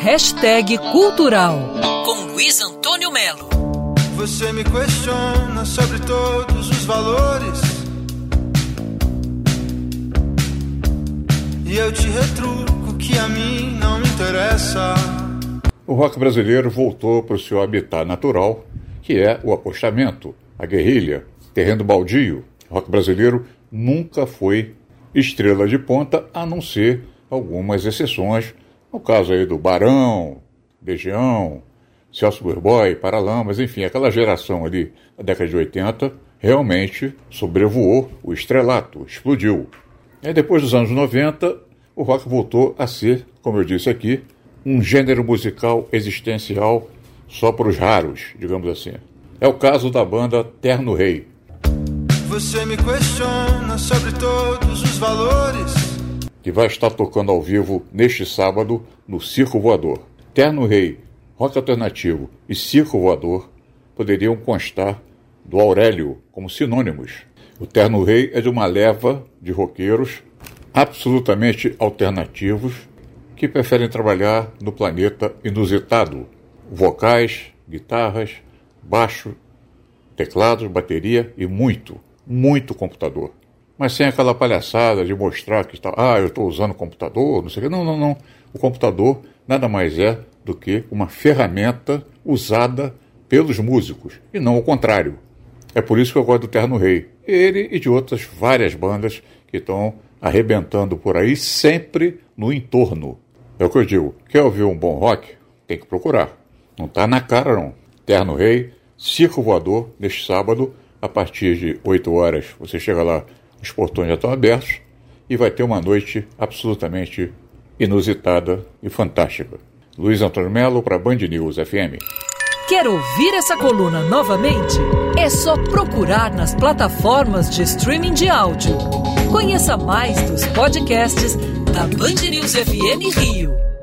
#cultural com Luiz Antônio Melo. Você me questiona sobre todos os valores e eu te retruco que a mim não me interessa. O rock brasileiro voltou para o seu habitat natural, que é o apostamento, a guerrilha, terreno baldio. O rock brasileiro nunca foi estrela de ponta, a não ser algumas exceções, no caso aí do Barão, Legião, Celso Burboy, Paralamas, enfim, aquela geração ali da década de 80 realmente sobrevoou o estrelato, explodiu. E depois dos anos 90, o rock voltou a ser, como eu disse aqui, um gênero musical existencial só para os raros, digamos assim. É o caso da banda Terno Rei. Você me questiona sobre todos os valores, que vai estar tocando ao vivo neste sábado no Circo Voador. Terno Rei, rock alternativo e Circo Voador poderiam constar do Aurélio como sinônimos. O Terno Rei é de uma leva de roqueiros absolutamente alternativos que preferem trabalhar no planeta inusitado. Vocais, guitarras, baixo, teclados, bateria e muito computador. Mas sem aquela palhaçada de mostrar que eu estou usando computador, não sei o que. Não. O computador nada mais é do que uma ferramenta usada pelos músicos, e não o contrário. É por isso que eu gosto do Terno Rei. Ele e de outras várias bandas que estão arrebentando por aí, sempre no entorno. É o que eu digo, quer ouvir um bom rock? Tem que procurar. Não está na cara, não. Terno Rei, Circo Voador, neste sábado, a partir de 8 horas. Você chega lá, os portões já estão abertos e vai ter uma noite absolutamente inusitada e fantástica. Luiz Antônio Melo para Band News FM. Quer ouvir essa coluna novamente? É só procurar nas plataformas de streaming de áudio. Conheça mais dos podcasts da Band News FM Rio.